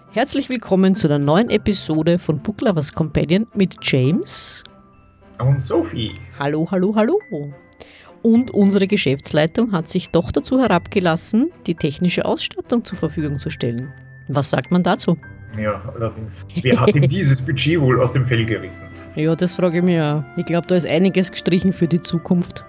Herzlich willkommen zu einer neuen Episode von Book Lovers Companion mit James und Sophie. Hallo, hallo, hallo. Und unsere Geschäftsleitung hat sich doch dazu herabgelassen, die technische Ausstattung zur Verfügung zu stellen. Was sagt man dazu? Ja, allerdings. Wer hat ihm dieses Budget wohl aus dem Fell gerissen? Ja, das frage ich mich auch. Ich glaube, da ist einiges gestrichen für die Zukunft.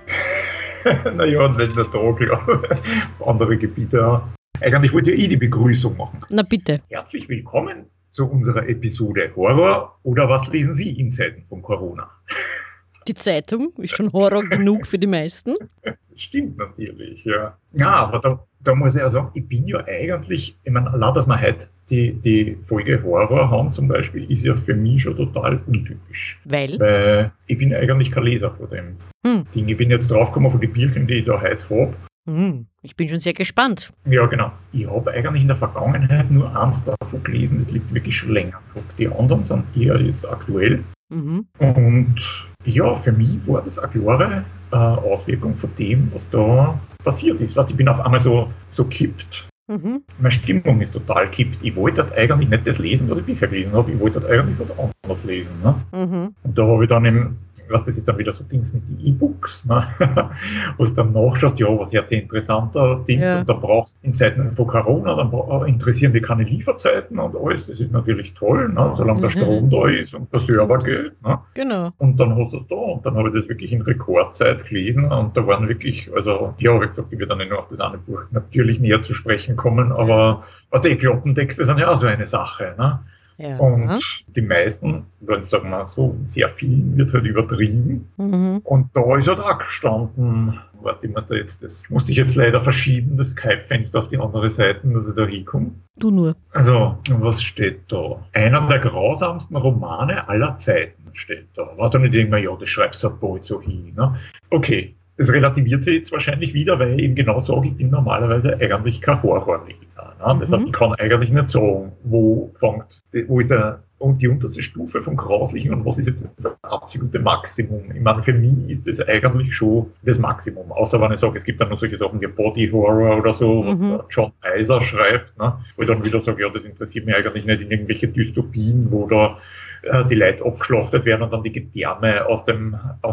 Naja, und wenn wir da, glaube ich, auf andere Gebiete haben. Eigentlich wollte ja die Begrüßung machen. Na bitte. Herzlich willkommen zu unserer Episode Horror oder was lesen Sie in Zeiten von Corona? Die Zeitung ist schon Horror genug für die meisten. Das stimmt natürlich, ja. Ja, aber da muss ich ja sagen, ich bin ja eigentlich, ich meine, allein, dass wir heute die Folge Horror haben zum Beispiel, ist ja für mich schon total untypisch. Weil ich bin eigentlich kein Leser von dem Ding. Ich bin jetzt draufgekommen von den Büchern, die ich da heute habe. Ich bin schon sehr gespannt. Ja, genau. Ich habe eigentlich in der Vergangenheit nur eins davon gelesen, das liegt wirklich schon länger zurück. Die anderen sind eher jetzt aktuell. Und ja, für mich war das eine klare Auswirkung von dem, was da passiert ist. Ich bin auf einmal so kippt. Meine Stimmung ist total kippt. Ich wollte eigentlich nicht das lesen, was ich bisher gelesen habe. Ich wollte eigentlich was anderes lesen. Ne? Und da habe ich dann das ist dann wieder so Dings mit den E-Books, ne? Wo du dann nachschaust, ja, was jetzt ein interessanter Ding, und dann brauchst du in Zeiten von Corona, dann interessieren die keine Lieferzeiten und alles, das ist natürlich toll, ne? Solange der Strom da ist und der Server geht. Ne? Genau. Und dann hast du es da und dann habe ich das wirklich in Rekordzeit gelesen und da waren wirklich, also, ja, wie gesagt, ich werde dann nur auf das eine Buch natürlich näher zu sprechen kommen, aber die Kloppentexte sind ja auch so eine Sache, ne? Ja. Und die meisten, sagen wir so, sehr viel wird halt übertrieben. Und da ist halt auch gestanden, das musste ich jetzt leider verschieben, das Skype-Fenster auf die andere Seite, dass ich da hinkomme. Du nur. Also, was steht da? Einer der grausamsten Romane aller Zeiten steht da. Was du nicht irgendwann, ja, das schreibst du bald so hin. Ne? Okay. Das relativiert sich jetzt wahrscheinlich wieder, weil ich eben genau sage, ich bin normalerweise eigentlich kein Horrorleser. Ne? Das heißt, ich kann eigentlich nicht sagen, wo ist die unterste Stufe vom Grauslichen und was ist jetzt das absolute Maximum. Ich meine, für mich ist das eigentlich schon das Maximum. Außer wenn ich sage, es gibt dann noch solche Sachen wie Body Horror oder so, was John Eiser schreibt, ne? Wo ich dann wieder sage, ja, das interessiert mich eigentlich nicht in irgendwelche Dystopien, wo da die Leute abgeschlachtet werden und dann die Gedärme aus dem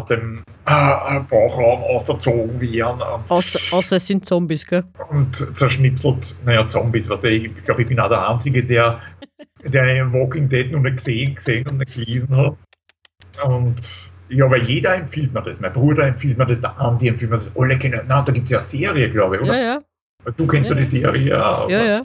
Bauchraum ausgezogen werden. Außer es sind Zombies, gell? Und zerschnitzelt, Zombies, ich glaube, ich bin auch der Einzige, der Walking Dead noch nicht gesehen und nicht gelesen hat. Und ja, weil jeder empfiehlt mir das. Mein Bruder empfiehlt mir das, der Andi empfiehlt mir das, alle kennen, da gibt es ja eine Serie, glaube ich, oder? Ja. Du kennst ja die Serie, ja. Ja.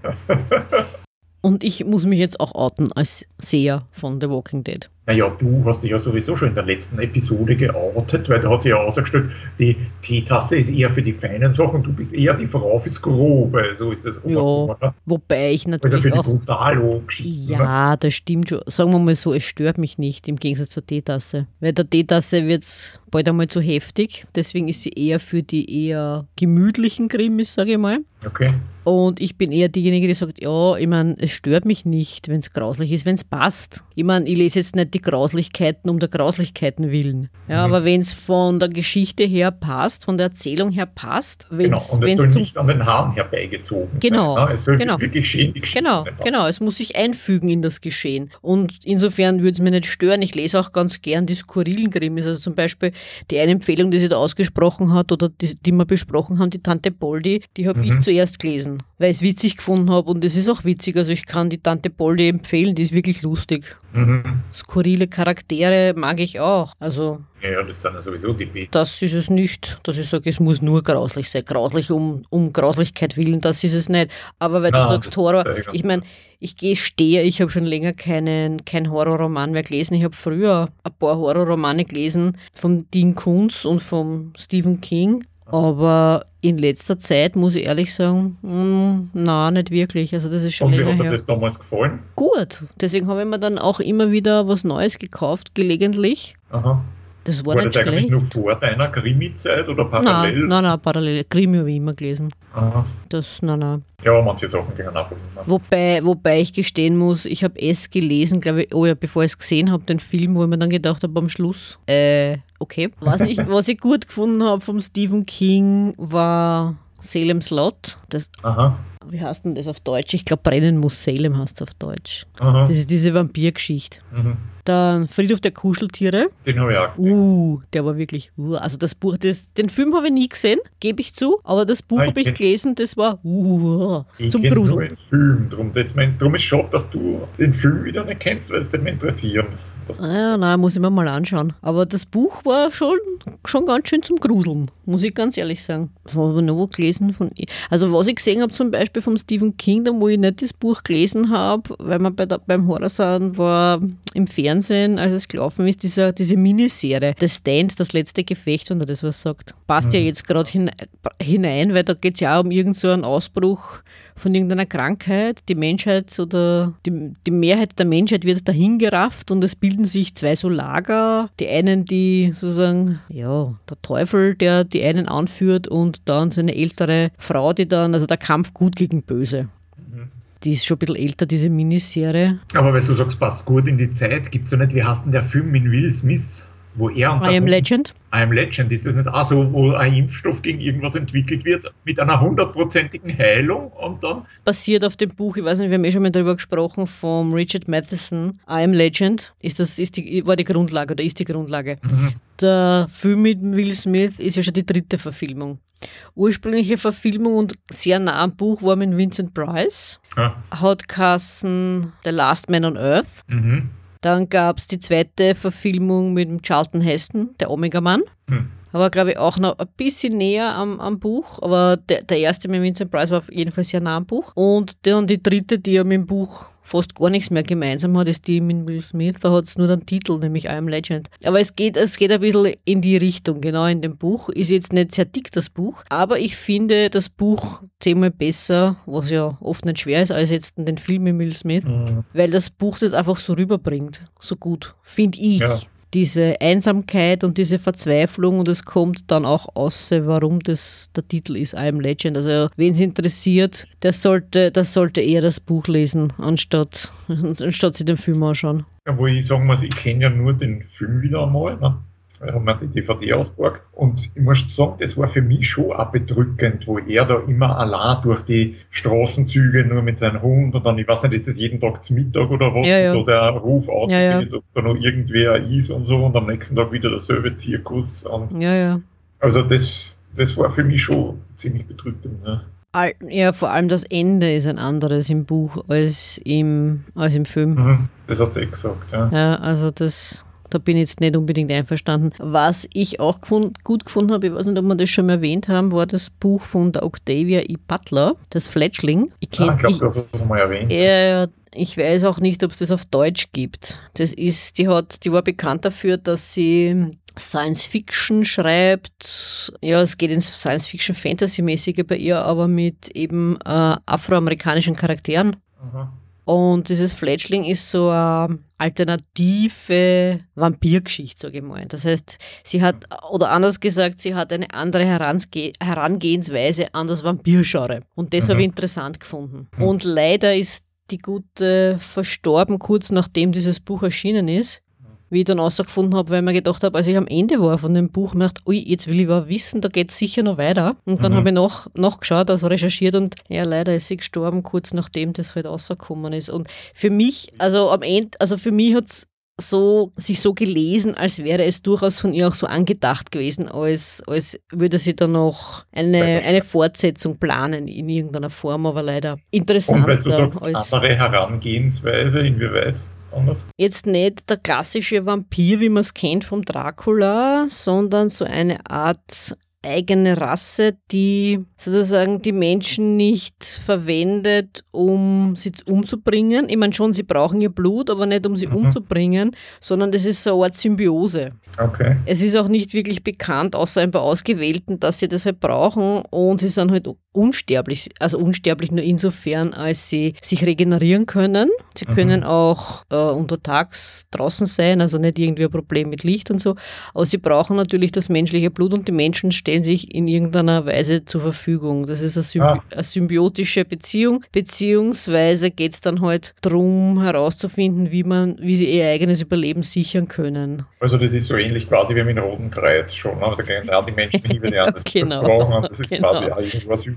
Und ich muss mich jetzt auch outen als Seher von The Walking Dead. Naja, du hast dich ja sowieso schon in der letzten Episode geoutet, weil da hat sich ja ausgestellt, die Teetasse ist eher für die feinen Sachen, du bist eher die Frau fürs Grobe, so ist das. Ja, wobei ich natürlich also für auch... die Brutalo-Geschichten. Ja, das stimmt schon. Sagen wir mal so, es stört mich nicht, im Gegensatz zur Teetasse. Weil der Teetasse wird es bald einmal zu heftig, deswegen ist sie eher für die eher gemütlichen Krimis, sage ich mal. Okay. Und ich bin eher diejenige, die sagt, ja, ich meine, es stört mich nicht, wenn es grauslich ist, wenn es passt. Ich meine, ich lese jetzt nicht die Grauslichkeiten um der Grauslichkeiten willen. Ja, aber wenn es von der Geschichte her passt, von der Erzählung her passt, und es soll nicht an den Haaren herbeigezogen sein. Es soll wirklich schön die Geschichte Genau, es muss sich einfügen in das Geschehen. Und insofern würde es mir nicht stören. Ich lese auch ganz gern die skurrilen Krimis. Also zum Beispiel die eine Empfehlung, die sie da ausgesprochen hat oder die wir besprochen haben, die Tante Poldi, die habe ich zuerst gelesen, weil ich es witzig gefunden habe und es ist auch witzig. Also ich kann die Tante Poldi empfehlen, die ist wirklich lustig. Skurrile Charaktere mag ich auch. Also ja, das sind ja sowieso die Beten. Das ist es nicht, dass ich sage, es muss nur grauslich sein. Grauslich um Grauslichkeit willen, das ist es nicht. Aber weil du sagst Horror, ich meine, ich gestehe, ich habe schon länger kein Horrorroman mehr gelesen. Ich habe früher ein paar Horrorromane gelesen von Dean Koontz und von Stephen King. Aber in letzter Zeit, muss ich ehrlich sagen, nein, nicht wirklich. Also das ist schon länger her. Und wie hat dir das damals gefallen? Gut. Deswegen habe ich mir dann auch immer wieder was Neues gekauft, gelegentlich. Aha. Das war nicht das schlecht. Eigentlich nur vor deiner Krimi-Zeit oder parallel? Nein, parallel. Krimi habe ich immer gelesen. Aha. Nein. Ja, manche Sachen gehen auch immer. Wobei ich gestehen muss, ich habe es gelesen, glaube ich, bevor ich es gesehen habe, den Film, wo ich mir dann gedacht habe am Schluss, okay. Was ich gut gefunden habe vom Stephen King war Salem's Lot. wie heißt denn das auf Deutsch? Ich glaube, Brennen muss Salem heißt es auf Deutsch. Aha. Das ist diese Vampirgeschichte. Mhm. Dann Friedhof der Kuscheltiere. Den habe ich auch gesehen. Der war wirklich, also das Buch, den Film habe ich nie gesehen, gebe ich zu, aber das Buch habe ich gelesen, das war zum Gruseln. Den Film, drum ist schade, dass du den Film wieder nicht kennst, weil es dich interessieren. Nein, muss ich mir mal anschauen. Aber das Buch war schon ganz schön zum Gruseln, muss ich ganz ehrlich sagen. Was habe ich noch gelesen von Also was ich gesehen habe zum Beispiel von Stephen King, da wo ich nicht das Buch gelesen habe, weil wir beim Horror sind, war im Fernsehen, als es gelaufen ist, diese Miniserie, The Stand, das letzte Gefecht, wenn er das was sagt. Passt ja jetzt gerade hinein, weil da geht es ja auch um irgendeinen so einen Ausbruch von irgendeiner Krankheit. Die Menschheit oder die Mehrheit der Menschheit wird dahin gerafft und es bilden sich zwei so Lager. Die einen, die sozusagen, der Teufel, der die einen anführt und dann so eine ältere Frau, die dann, also der Kampf gut gegen böse. Die ist schon ein bisschen älter, diese Miniserie. Aber weil du sagst, passt gut in die Zeit, gibt es ja nicht, wie heißt denn der Film mit Will Smith? Wo er I Am Legend? I Am Legend, ist das nicht auch so, wo ein Impfstoff gegen irgendwas entwickelt wird, mit einer 100%igen Heilung und dann... Basiert auf dem Buch, ich weiß nicht, wir haben schon mal darüber gesprochen, von Richard Matheson, I Am Legend, war die Grundlage oder ist die Grundlage. Mhm. Der Film mit Will Smith ist ja schon die 3. Verfilmung. Ursprüngliche Verfilmung und sehr nah am Buch war mit Vincent Price. Hat geheißen The Last Man on Earth. Mhm. Dann gab es die 2. Verfilmung mit dem Charlton Heston, der Omega-Mann. Aber glaube ich auch noch ein bisschen näher am Buch. Aber der erste mit Vincent Price war auf jeden Fall sehr nah am Buch. Und dann die 3., die ja mit dem Buch fast gar nichts mehr gemeinsam hat, ist die mit Will Smith. Da hat es nur den Titel, nämlich I Am Legend. Aber es geht ein bisschen in die Richtung, genau in dem Buch. Ist jetzt nicht sehr dick, das Buch. Aber ich finde das Buch 10-mal besser, was ja oft nicht schwer ist, als jetzt den Film mit Will Smith. Weil das Buch das einfach so rüberbringt. So gut, finde ich. Ja. Diese Einsamkeit und diese Verzweiflung und es kommt dann auch raus, warum der Titel ist I Am Legend. Also wen es interessiert, der sollte eher das Buch lesen, anstatt sich den Film anschauen. Ja, wo ich sagen muss, ich kenne ja nur den Film wieder einmal, ne? Ich habe mir die DVD ausgeborgt und ich muss sagen, das war für mich schon auch bedrückend, wo er da immer allein durch die Straßenzüge nur mit seinem Hund und dann, ich weiß nicht, ist das jeden Tag zum Mittag oder was, so der Ruf ausgeht, ob da noch irgendwer ist und so und am nächsten Tag wieder derselbe Zirkus. Und also das war für mich schon ziemlich bedrückend. Ne? Ja, vor allem das Ende ist ein anderes im Buch als im Film. Das hast du gesagt, ja. Ja, also da bin ich jetzt nicht unbedingt einverstanden. Was ich auch gut gefunden habe, ich weiß nicht, ob wir das schon mal erwähnt haben, war das Buch von der Octavia E. Butler, das Fletchling. Ich glaube, du hast das mal erwähnt. Ich weiß auch nicht, ob es das auf Deutsch gibt. Die war bekannt dafür, dass sie Science-Fiction schreibt. Ja, es geht ins Science-Fiction-Fantasy-mäßige bei ihr, aber mit eben afroamerikanischen Charakteren. Aha. Und dieses Fletchling ist so eine alternative Vampirgeschichte, sage ich mal. Das heißt, sie hat eine andere Herangehensweise an das Vampirgenre. Und das habe ich interessant gefunden. Und leider ist die Gute verstorben, kurz nachdem dieses Buch erschienen ist. Wie ich dann rausgefunden habe, weil ich mir gedacht habe, als ich am Ende war von dem Buch, mir gedacht, jetzt will ich aber wissen, da geht es sicher noch weiter. Und dann habe ich nachgeschaut, also recherchiert und ja, leider ist sie gestorben, kurz nachdem das halt rausgekommen ist. Und für mich, also am Ende, für mich hat es sich so gelesen, als wäre es durchaus von ihr auch so angedacht gewesen, als würde sie dann noch eine Fortsetzung planen in irgendeiner Form, aber leider interessanter. Und weil du sagst, andere Herangehensweise, inwieweit? Anders? Jetzt nicht der klassische Vampir, wie man es kennt vom Dracula, sondern so eine Art eigene Rasse, die sozusagen die Menschen nicht verwendet, um sie umzubringen. Ich meine schon, sie brauchen ihr Blut, aber nicht um sie umzubringen, sondern das ist so eine Art Symbiose. Okay. Es ist auch nicht wirklich bekannt, außer ein paar Ausgewählten, dass sie das halt brauchen und sie sind halt unsterblich, also unsterblich nur insofern, als sie sich regenerieren können. Sie können auch untertags draußen sein, also nicht irgendwie ein Problem mit Licht und so, aber sie brauchen natürlich das menschliche Blut und die Menschen stellen sich in irgendeiner Weise zur Verfügung. Das ist eine symbiotische Beziehung, beziehungsweise geht es dann halt darum herauszufinden, wie sie ihr eigenes Überleben sichern können. Also das ist so ähnlich quasi wie mit dem Roten Kreuz schon, aber da gehen auch die Menschen nie wieder anders brauchen. Das ist quasi auch irgendwas symbiotisches.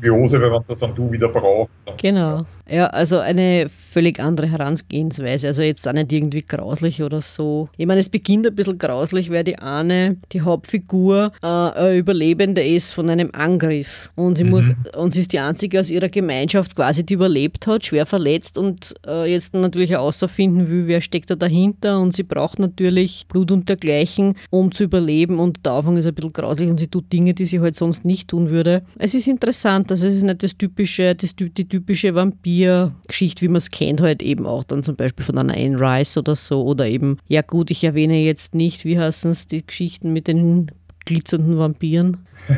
Symbiose, weil wenn das dann du wieder brauchst. Genau. Ja, also eine völlig andere Herangehensweise. Also jetzt auch nicht irgendwie grauslich oder so. Ich meine, es beginnt ein bisschen grauslich, weil die Hauptfigur, eine Überlebende ist von einem Angriff. Und sie ist die einzige aus ihrer Gemeinschaft quasi, die überlebt hat, schwer verletzt und jetzt natürlich auch herausfinden will, wer steckt da dahinter. Und sie braucht natürlich Blut und dergleichen, um zu überleben. Und der Anfang ist ein bisschen grauslich und sie tut Dinge, die sie halt sonst nicht tun würde. Es ist interessant, also es ist nicht die typische Vampir-Geschichte, wie man es kennt, halt eben auch dann zum Beispiel von einer Anne Rice oder so. Oder eben, ja gut, ich erwähne jetzt nicht, wie heißen es, die Geschichten mit den glitzernden Vampiren?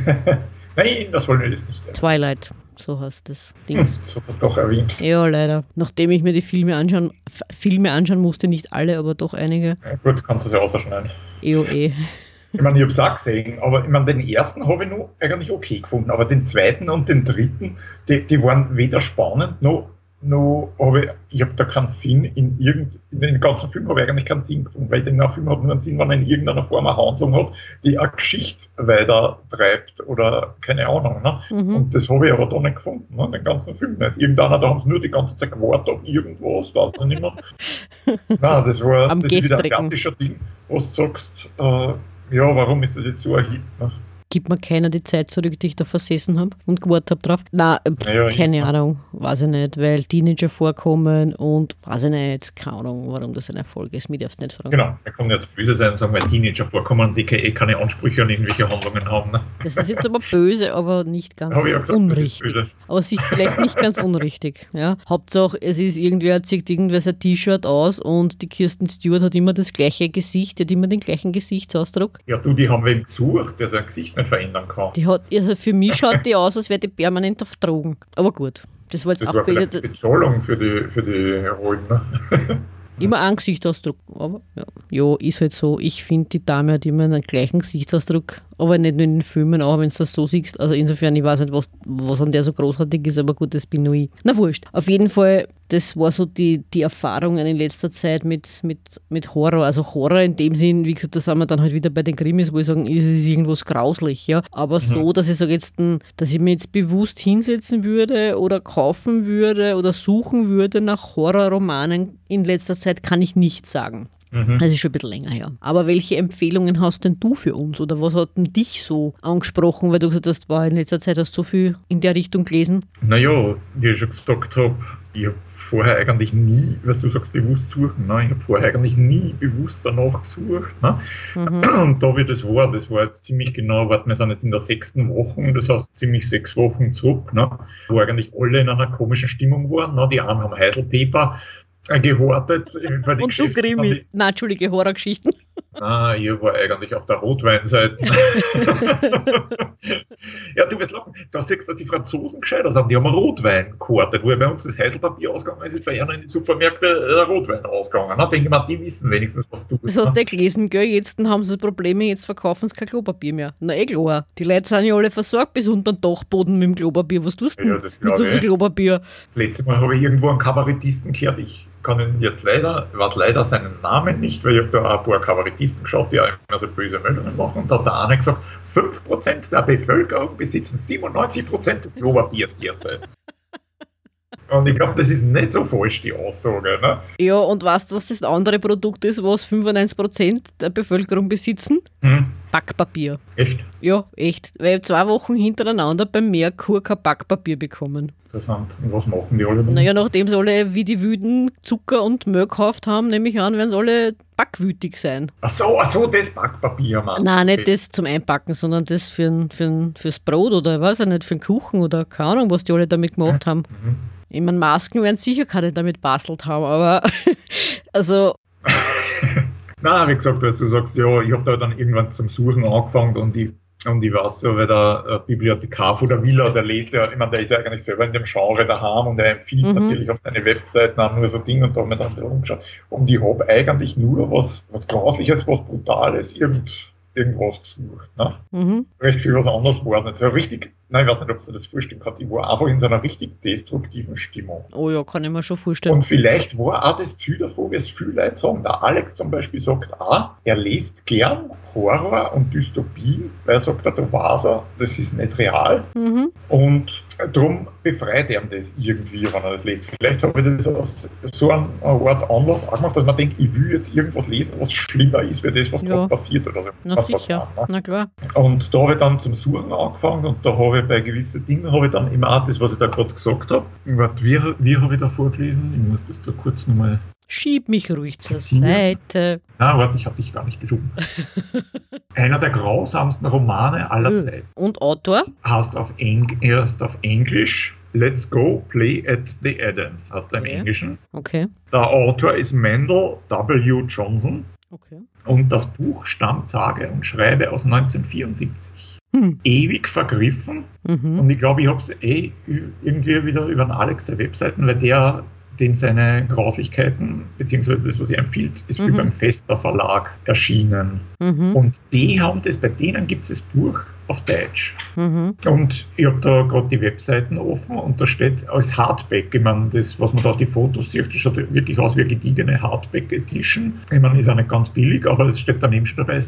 Nein, das wollen wir jetzt nicht. Twilight. So heißt das Dings. Das hat er doch erwähnt. Ja, leider. Nachdem ich mir die Filme anschauen musste, nicht alle, aber doch einige. Ja, gut, kannst du es ja ausschneiden. EOE. Ich meine, ich habe es auch gesehen, aber ich meine, den ersten habe ich noch eigentlich okay gefunden, aber den zweiten und den dritten, die waren weder spannend, noch habe ich habe da keinen Sinn in den ganzen Film habe ich eigentlich keinen Sinn gefunden, weil der Film hat nur einen Sinn, wenn er in irgendeiner Form eine Handlung hat, die eine Geschichte weiter treibt oder keine Ahnung. Ne? Und das habe ich aber da nicht gefunden, ne? Den ganzen Film nicht. Irgendeiner, da haben sie nur die ganze Zeit gewartet auf irgendwas, weiß ich nicht mehr. Nein, das ist wieder ein klassischer Ding, wo du sagst, ja, warum ist das jetzt so ein Hit? Ne? Gibt mir keiner die Zeit zurück, die ich da versessen habe und gewartet habe drauf? Nein, keine Ahnung, weiß ich nicht, weil Teenager vorkommen und weiß ich nicht, keine Ahnung, warum das ein Erfolg ist, mir darfst nicht fragen. Genau, wir können jetzt böse sein und sagen, weil Teenager vorkommen, die keine Ansprüche an irgendwelche Handlungen haben. Ne? Das ist jetzt aber böse, aber nicht ganz unrichtig. Aber vielleicht nicht ganz unrichtig. Ja? Hauptsache, zieht irgendwer sein T-Shirt aus und die Kirsten Stewart hat immer das gleiche Gesicht, die hat immer den gleichen Gesichtsausdruck. Ja, die haben wir ihm gesucht, der sein Gesicht nicht verändern kann. Also für mich schaut die aus, als wäre die permanent auf Drogen. Aber gut, das war jetzt auch böse. Die Bezahlung für die Rollen. Ne? Immer einen Gesichtsausdruck, aber ja, ist halt so. Ich finde, die Dame hat immer einen gleichen Gesichtsausdruck, aber nicht nur in den Filmen, auch wenn du das so siehst. Also insofern, ich weiß nicht, was an der so großartig ist, aber gut, das bin nur ich. Na wurscht. Auf jeden Fall, das war so die Erfahrungen in letzter Zeit mit Horror. Also Horror in dem Sinn, wie gesagt, da sind wir dann halt wieder bei den Krimis, wo ich sagen, es ist irgendwas grauslich, ja. Aber so, dass ich sage jetzt, dass ich mir jetzt bewusst hinsetzen würde oder kaufen würde oder suchen würde nach Horrorromanen in letzter Zeit, kann ich nicht sagen. Das ist schon ein bisschen länger her. Aber welche Empfehlungen hast denn du für uns? Oder was hat denn dich so angesprochen? Weil du gesagt hast, in letzter Zeit hast du so viel in der Richtung gelesen. Naja, wie ich schon gesagt habe, ich habe vorher eigentlich nie, was du sagst, bewusst suchen. Ne? Ich habe vorher eigentlich nie bewusst danach gesucht. Ne? Und da wie das war jetzt ziemlich genau, wir sind jetzt in der 6. Woche, das heißt ziemlich 6 Wochen zurück, ne? Wo eigentlich alle in einer komischen Stimmung waren. Ne? Die einen haben Heidelpeper gehortet. Und du Krimi. Nein, Entschuldige, Horrorgeschichten. Nein, ich war eigentlich auf der Rotweinseite. Ja, du wirst lachen. Da siehst du, die Franzosen gescheiter sind. Die haben Rotwein gehortet. Wo bei uns das Heißelpapier ausgegangen ist, bei ihnen in den Supermärkten der Rotwein ausgegangen. Da denke ich mir, die wissen wenigstens, was du bist. Das hast du gelesen, gell? Jetzt haben sie Probleme, jetzt verkaufen sie kein Klopapier mehr. Na klar. Die Leute sind ja alle versorgt bis unter den Dachboden mit dem Klopapier. Was tust du denn mit so viel Klopapier? Letztes Mal habe ich irgendwo einen Kabarettisten gehört. Ich kann ihn jetzt leider seinen Namen nicht, weil ich habe da auch ein paar Kabarettisten geschaut, die auch immer so böse Meldungen machen. Und da hat der eine gesagt, 5% der Bevölkerung besitzen 97% des Klopapiers derzeit. Und ich glaube, das ist nicht so falsch, die Aussage. Ne? Ja, und weißt du, was das andere Produkt ist, was 95% der Bevölkerung besitzen? Backpapier. Echt? Ja, echt. Weil ich 2 Wochen hintereinander beim Merkur kein Backpapier bekommen. Interessant. Und was machen die alle? Naja, nachdem sie alle wie die Wüden Zucker und Mehl gekauft haben, nehme ich an, werden sie alle backwütig sein. Ach so, das Backpapier, Mann. Nein, nicht das zum Einpacken, sondern das fürs Brot oder weiß ich nicht, für den Kuchen oder keine Ahnung, was die alle damit gemacht haben. Ich meine, Masken werden sicher keine damit bastelt haben, aber also... Nein, wie gesagt, du sagst, ja, ich habe da dann irgendwann zum Suchen angefangen und ich weiß so, weil der Bibliothekar von der Villa, der liest ja, ich meine, der ist ja eigentlich selber in dem Genre daheim und er empfiehlt natürlich auf seine Webseiten auch nur so Dinge und da haben wir dann rumgeschaut. Und ich habe eigentlich nur was Grausliches, was Brutales, irgendwas gesucht. Ne? Recht viel was anderes war nicht so richtig. Nein, ich weiß nicht, ob du das vorstellen kannst. Ich war einfach in so einer richtig destruktiven Stimmung. Oh ja, kann ich mir schon vorstellen. Und vielleicht war auch das Ziel davon, wie es viele Leute sagen. Der Alex zum Beispiel sagt auch, er liest gern Horror und Dystopie, weil er sagt, da weiß er, das ist nicht real. Und Drum befreit er das irgendwie, wenn er das liest. Vielleicht habe ich das aus so einer Art Anlass auch gemacht, dass man denkt, ich will jetzt irgendwas lesen, was schlimmer ist, wie das, was gerade passiert oder so. Na sicher, na klar. Und da habe ich dann zum Suchen angefangen und da habe ich bei gewissen Dingen dann immer auch das, was ich da gerade gesagt habe. Wie habe ich da vorgelesen? Ich muss das da kurz nochmal... Schieb mich ruhig zur Seite. Na, warte, ich habe dich gar nicht geschoben. Einer der grausamsten Romane aller Zeiten. Und Autor? Heißt auf Englisch Let's Go Play at the Adams. Heißt im Englischen. Okay. Der Autor ist Mendel W. Johnson. Okay. Und das Buch stammt sage und schreibe aus 1974. Ewig vergriffen. Und ich glaube, ich habe es irgendwie wieder über den Alex der Webseiten, weil der seine Grauslichkeiten, beziehungsweise das, was er empfiehlt, ist beim Vesta Verlag erschienen. Und bei denen gibt es das Buch auf Deutsch. Und ich habe da gerade die Webseiten offen und da steht als Hardback, ich meine, das, was man da auf die Fotos sieht, das schaut wirklich aus wie eine gediegene Hardback-Edition. Ich meine, ist auch nicht ganz billig, aber es steht daneben schon dabei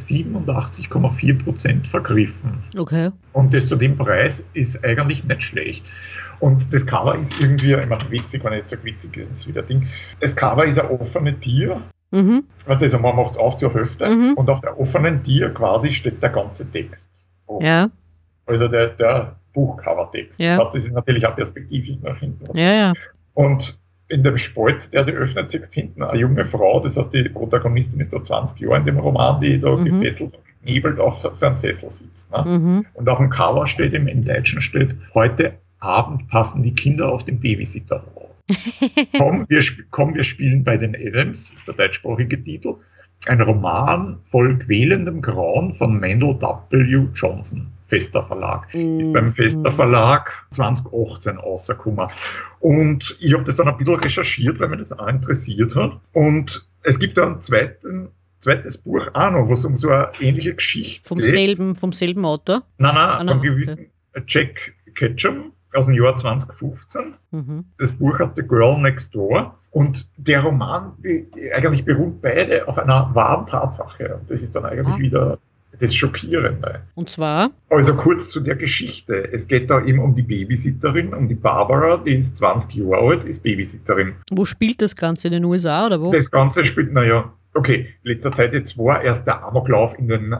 87,4% vergriffen. Okay. Und das zu dem Preis ist eigentlich nicht schlecht. Und das Cover ist irgendwie, ich meine, witzig, wenn ich jetzt sage, witzig ist das wieder ein Ding. Das Cover ist ein offenes Tier. Also man macht auf zur Hälfte und auf der offenen Tier quasi steht der ganze Text. Ja. Also der Buchcover-Text. Ja. Das ist natürlich auch perspektivisch nach hinten. Ja. Und in dem Spalt, der sich öffnet, sieht hinten eine junge Frau, das heißt, die Protagonistin ist da 20 Jahre in dem Roman, die da gefesselt und geknebelt auf so einem Sessel sitzt. Ne? Und auf dem Cover steht, im Deutschen steht, heute Abend passen die Kinder auf den Babysitter auf. Komm, wir spielen bei den Adams, ist der deutschsprachige Titel. Ein Roman voll quälendem Grauen von Mendel W. Johnson, Vesta Verlag. Ist beim Vesta Verlag 2018 rausgekommen. Und ich habe das dann ein bisschen recherchiert, weil mich das auch interessiert hat. Und es gibt dann ein zweites Buch auch noch, was um so eine ähnliche Geschichte geht. Vom selben Autor? Nein, vom gewissen Jack Ketchum aus dem Jahr 2015. Das Buch heißt The Girl Next Door. Und der Roman eigentlich beruht beide auf einer wahren Tatsache. Und das ist dann eigentlich wieder das Schockierende. Und zwar? Also kurz zu der Geschichte. Es geht da eben um die Babysitterin, um die Barbara, die ist 20 Jahre alt, ist Babysitterin. Wo spielt das Ganze? In den USA oder wo? Das Ganze spielt, in letzter Zeit jetzt war erst der Amoklauf in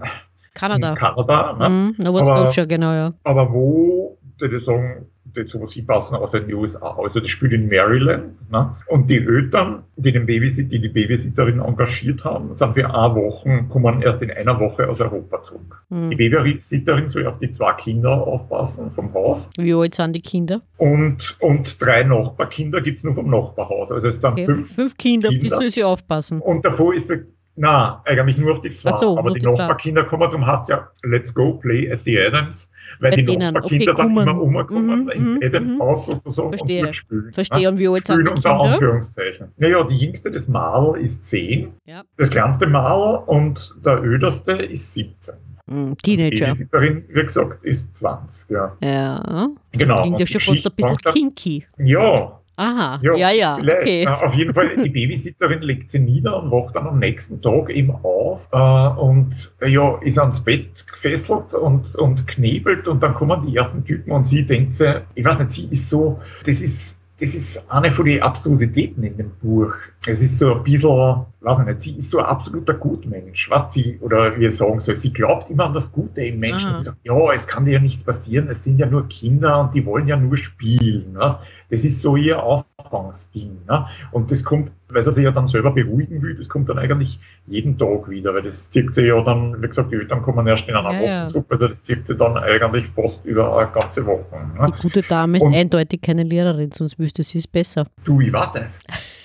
Kanada. Ne? Nova Scotia, genau, ja. Aber wo, würde ich sagen, so was ich passen aus den USA. Also das spielt in Maryland. Ne? Und die Eltern, die die Babysitterin engagiert haben, sind für kommen erst in einer Woche aus Europa zurück. Die Babysitterin soll auf die 2 Kinder aufpassen vom Haus. Wie alt sind die Kinder? Und 3 Nachbarkinder gibt es nur vom Nachbarhaus. Also es sind 5 Kinder, auf die soll sie aufpassen. Und davor ist eigentlich nur auf die 2. Aber die Nachbarkinder kommen, darum heißt ja Let's Go Play at the Adams, weil die Nachbarkinder dann immer umkommen ins Adams-Haus sozusagen und durchspülen. Verstehe, und wie alt sind die Kinder? Unter Anführungszeichen. Die jüngste, das Marl, ist 10, das kleinste Marl und der öderste ist 17. Teenager. Die Babysitterin, wie gesagt, ist 20. Ja. Genau. Das klingt ja schon fast ein bisschen kinky. Ja. Aha, ja, okay. Auf jeden Fall, die Babysitterin legt sie nieder und wacht dann am nächsten Tag eben auf und ist ans Bett gefesselt und knebelt und dann kommen die ersten Typen und sie denkt sie, ich weiß nicht, sie ist so, das ist eine von den Abstrusitäten in dem Buch. Es ist so ein bisschen, weiß ich nicht, sie ist so ein absoluter Gutmensch, oder wie ich sagen soll, sie glaubt immer an das Gute im Menschen. Sie sagt, es kann dir ja nichts passieren, es sind ja nur Kinder und die wollen ja nur spielen. Was? Das ist so ihr Auffangsding. Ne? Und das kommt, weil sie sich ja dann selber beruhigen will, das kommt dann eigentlich jeden Tag wieder, weil das zieht sie ja dann, wie gesagt, die Eltern kommen erst in einer Woche zurück, also das zieht sie dann eigentlich fast über eine ganze Woche. Ne? Die gute Dame ist eindeutig keine Lehrerin, sonst wüsste sie es besser. Du, ich weiß das.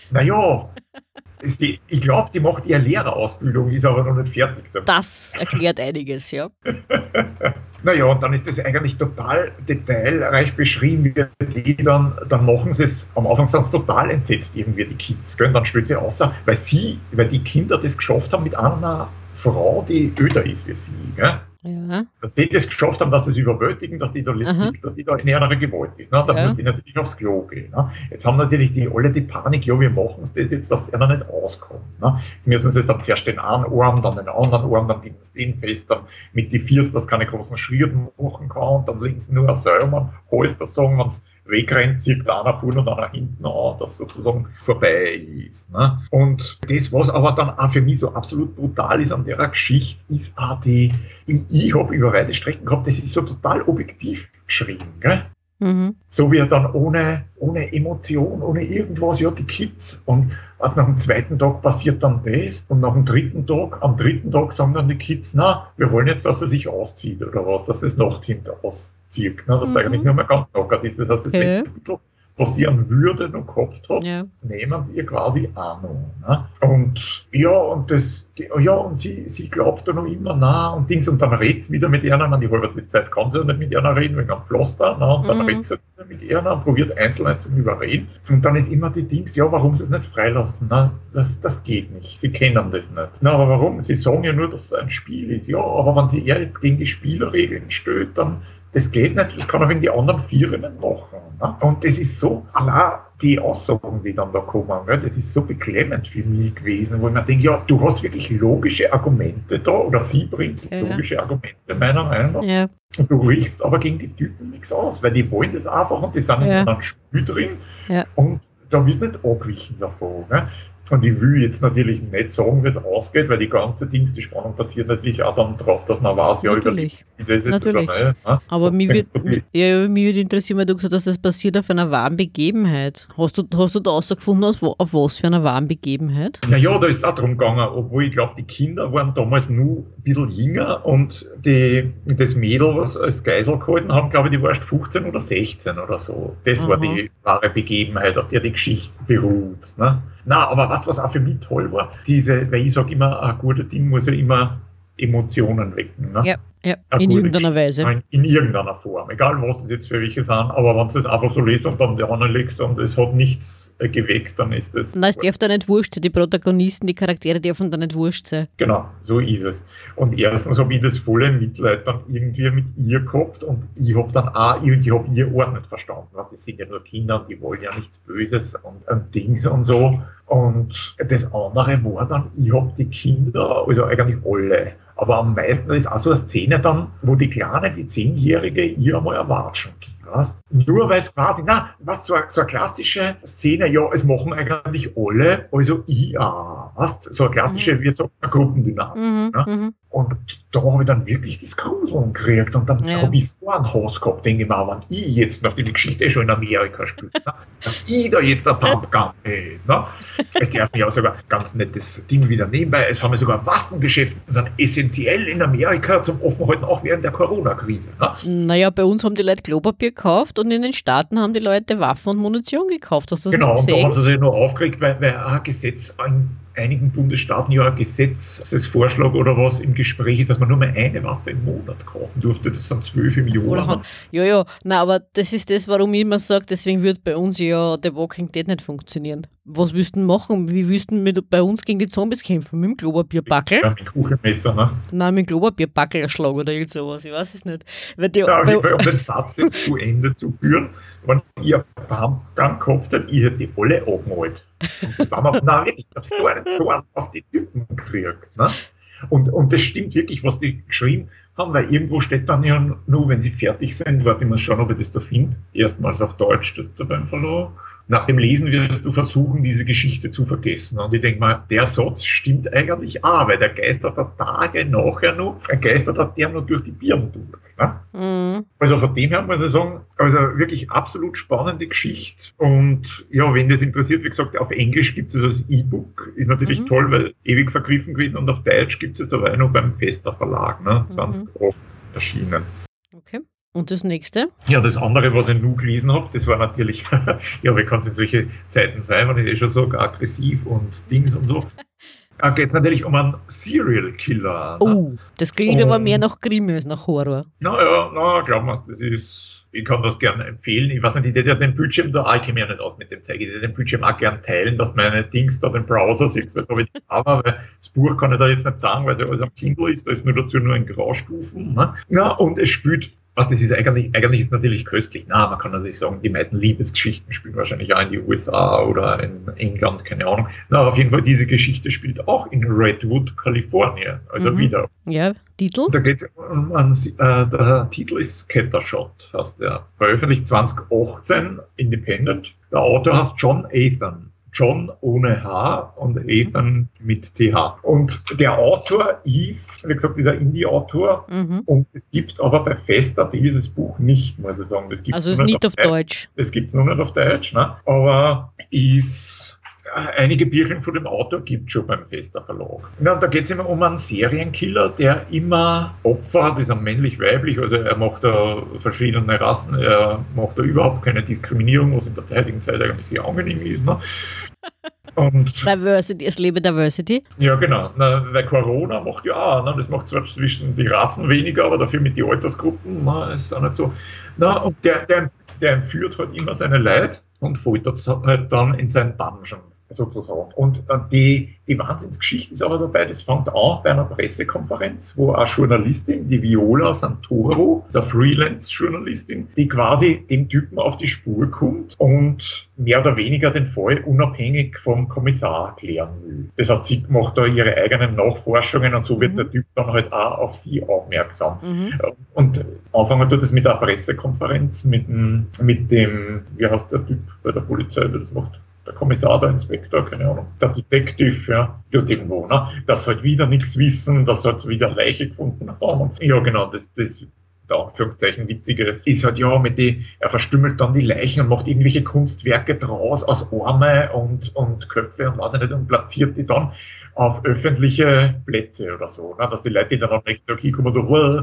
Ich glaube, die macht ihre Lehrerausbildung, ist aber noch nicht fertig damit. Das erklärt einiges, ja. Und dann ist das eigentlich total detailreich beschrieben, wie dann machen sie es, am Anfang sind sie total entsetzt, irgendwie die Kids, gell? Dann stellt sie außer, weil die Kinder das geschafft haben mit einer Frau, die öder ist wie sie. Gell? Ja. Dass sie das geschafft haben, dass sie es überwältigen, dass die da liegt, dass die da in ihrer Gewalt ist. Ne? Da müssen die natürlich aufs Klo gehen. Ne? Jetzt haben natürlich alle die Panik, ja, wir machen es das jetzt, dass er noch nicht auskommt. Ne? Jetzt müssen sie dann zuerst den einen Arm, dann den anderen Arm, dann binden sie den fest, dann mit die Viers, dass keine großen Schritten machen kann, und dann legen sie nur ein Seil um den Hals, das sagen, wenn es wegrennt, zieht einer vorne und einer hinten an, dass sozusagen vorbei ist. Ne? Und das, was aber dann auch für mich so absolut brutal ist an der Geschichte, ist auch ich habe über weite Strecken gehabt, das ist so total objektiv geschrieben. Gell? Mhm. So wie er dann ohne Emotion, ohne irgendwas, ja, die Kids. Und was nach dem zweiten Tag passiert dann das, und nach dem dritten Tag sagen dann die Kids, na, wir wollen jetzt, dass er sich auszieht oder was, dass es Nachthind auszieht. Ne? Das eigentlich nur mal ganz locker ist. Das heißt, das letzte bisschen, was sie an Würde noch gehabt hat, nehmen sie ihr quasi an. Ne? Und sie glaubt da noch immer nah und Dings, und dann redet sie wieder mit ihr, die halbe Zeit kann sie ja nicht mit ihr reden, wegen einem Pflaster, ne? Und dann redet sie wieder mit ihr und probiert Einzelheit zu überreden. Und dann ist immer die Dings, ja, warum sie es nicht freilassen? Ne? Das geht nicht. Sie kennen das nicht. Na, aber warum? Sie sagen ja nur, dass es ein Spiel ist. Ja, aber wenn sie eher jetzt gegen die Spielregeln stößt, dann das geht nicht, das kann auch wegen die anderen Vierinnen machen. Ne? Und das ist so, allein die Aussagen, die dann da kommen, ne? Das ist so beklemmend für mich gewesen, wo man denkt, ja, du hast wirklich logische Argumente da, oder sie bringt logische Argumente, meiner Meinung nach. Ja. Und du riechst aber gegen die Typen nichts aus, weil die wollen das einfach und die sind in einem Spiel drin und da wird nicht abgewichen davon. Ne? Und ich will jetzt natürlich nicht sagen, wie es ausgeht, weil die ganze Spannung passiert natürlich auch dann drauf, dass man weiß, ja, natürlich. Über das jetzt oder nicht. Ne? Aber mich würde interessieren, weil du gesagt hast, das passiert auf einer wahren Begebenheit. Hast du da rausgefunden, auf was für einer wahren Begebenheit? Naja, da ist es auch darum gegangen, obwohl ich glaube, die Kinder waren damals nur ein bisschen jünger und das Mädel, was als Geisel gehalten haben, glaube ich, die war erst 15 oder 16 oder so. Das war die wahre Begebenheit, auf der die Geschichte beruht. Ne? Na, aber was auch für mich toll war, weil ich sage immer, ein gutes Ding muss ja immer Emotionen wecken. Ne? Ja, in irgendeiner Weise. Nein, in irgendeiner Form, egal was das jetzt für welche sind, aber wenn du das einfach so liest und dann die anderen legst und es hat nichts geweckt, dann ist das... Nein, es darf da nicht wurscht sein, die Protagonisten, die Charaktere dürfen da nicht wurscht sein. Genau, so ist es. Und erstens habe ich das volle Mitleid dann irgendwie mit ihr gehabt und ich habe dann auch irgendwie ihr Ort nicht verstanden. Das sind ja nur Kinder und die wollen ja nichts Böses und Dings und so. Und das andere war dann, ich habe die Kinder, also eigentlich alle, aber am meisten ist auch so eine Szene dann, wo die Kleine, die 10-Jährige, ihr einmal erwatschen. Weißt? Nur weil es quasi, so eine klassische Szene, ja, es machen eigentlich alle, also ich auch. Weißt? So eine klassische, wie so eine Gruppendynamik. Ne? Und da habe ich dann wirklich das Gruseln gekriegt und dann habe ich so einen Hass gehabt, denke ich mir, wenn ich jetzt, nachdem die Geschichte schon in Amerika spielt, dass ich da jetzt ein Pumpgun hätte. Ne? Es darf mich auch sogar ganz nettes Ding wieder nebenbei, es haben ja sogar Waffengeschäfte, die sind essentiell in Amerika zum Offenhalten, auch während der Corona-Krise. Ne? Naja, bei uns haben die Leute Klopapier gekauft und in den Staaten haben die Leute Waffen und Munition gekauft. Hast du das nicht gesehen? Und da haben sie sich nur aufgeregt, weil ein Gesetz in einigen Bundesstaaten ja ein Gesetzesvorschlag oder was im Gespräch ist, dass man nur mehr eine Waffe im Monat kaufen durfte. Das sind 12 im Jahr. Ja, na, aber das ist das, warum ich immer sage, deswegen wird bei uns ja The Walking Dead nicht funktionieren. Was willst du machen? Wie willst du bei uns gegen die Zombies kämpfen? Mit dem Klopapierbackel? Ja, mit Kuchenmesser, ne? Nein, mit dem Klopapierbackel erschlagen oder irgend sowas. Ich weiß es nicht. Weil um den Satz jetzt zu Ende zu führen, wenn ich einen Pumpgun gehabt hätte, ich hätte die alle abgemalt. Und das war mir, wirklich, ich habe so einen auf die Typen gekriegt. Ne? Und das stimmt wirklich, was die geschrieben haben, weil irgendwo steht dann ja nur, wenn sie fertig sind, warte, ich muss schauen, ob ich das da finde. Erstmals auf Deutsch steht da beim Verlag. Nach dem Lesen wirst du versuchen, diese Geschichte zu vergessen. Und ich denke mal, der Satz stimmt eigentlich auch, weil der geistert der Tage nachher noch, geistert hat der noch durch die Birnen durch. Ne? Also von dem her muss ich sagen, also wirklich absolut spannende Geschichte. Und ja, wenn das interessiert, wie gesagt, auf Englisch gibt es das E-Book, ist natürlich toll, weil ewig vergriffen gewesen, und auf Deutsch gibt es dabei noch beim Fester Verlag, ne? 20 erschienen. Okay. Und das nächste? Ja, das andere, was ich nur gelesen habe, das war natürlich, ja, wie kann es in solche Zeiten sein, wenn ich schon so aggressiv und Dings und so. Da geht es natürlich um einen Serial Killer. Ne? Oh, das klingt aber mehr nach Krimi als nach Horror. Naja, glaub mir, das ist ich kann das gerne empfehlen. Ich weiß nicht, ich hätte ja den Bildschirm da, ich kenne mich ja nicht aus mit dem Zeige, ich hätte den Bildschirm auch gerne teilen, dass meine Dings da den Browser sieht, weil das Buch kann ich da jetzt nicht sagen, weil der alles am Kindle ist, da ist nur dazu nur in Graustufen. Ne? Ja, und es spielt, das ist eigentlich ist natürlich köstlich. Man kann natürlich sagen, die meisten Liebesgeschichten spielen wahrscheinlich auch in die USA oder in England, keine Ahnung. Aber auf jeden Fall, diese Geschichte spielt auch in Redwood, Kalifornien, also wieder. Ja, Titel? Da geht's der Titel ist Scattershot, heißt der. Veröffentlicht 2018, Independent. Der Autor heißt John Athan. John ohne H und Athan mit TH. Und der Autor ist, wie gesagt, dieser Indie-Autor. Und es gibt aber bei Festa dieses Buch nicht, muss ich sagen. Das gibt's also ist nicht auf Deutsch. Das gibt es noch nicht auf Deutsch, ne? Aber einige Bücher von dem Autor gibt es schon beim Festa Verlag. Ja, da geht es immer um einen Serienkiller, der immer Opfer hat, ist männlich-weiblich, also er macht da verschiedene Rassen, er macht da überhaupt keine Diskriminierung, was in der heutigen Zeit eigentlich sehr angenehm ist. Ne? Und Diversity, es lebe Diversity. Ja, genau. Weil Corona macht ja auch, ne? Das macht zwar zwischen die Rassen weniger, aber dafür mit den Altersgruppen, ne? Ist auch nicht so. Und der entführt halt immer seine Leute und foltert halt dann in seinen Dungeon, sozusagen. Und die Wahnsinnsgeschichte ist aber dabei, das fängt an bei einer Pressekonferenz, wo eine Journalistin, die Viola Santoro, ist eine Freelance-Journalistin, die quasi dem Typen auf die Spur kommt und mehr oder weniger den Fall unabhängig vom Kommissar klären will. Das heißt, sie macht da ihre eigenen Nachforschungen und so wird der Typ dann halt auch auf sie aufmerksam. Und anfangen tut es mit einer Pressekonferenz mit dem, wie heißt der Typ bei der Polizei, der das macht? Der Kommissar, der Inspektor, keine Ahnung, der Detektiv, ja, dort irgendwo, ne? Dass halt wieder nichts wissen, dass halt wieder Leiche gefunden haben. Ja, genau, das der Anführungszeichen Witzige ist halt, ja, er verstümmelt dann die Leichen und macht irgendwelche Kunstwerke draus aus Arme und Köpfe und weiß ich nicht und platziert die dann auf öffentliche Plätze oder so, ne? Dass die Leute die dann am nächsten Tag hinkommen und so,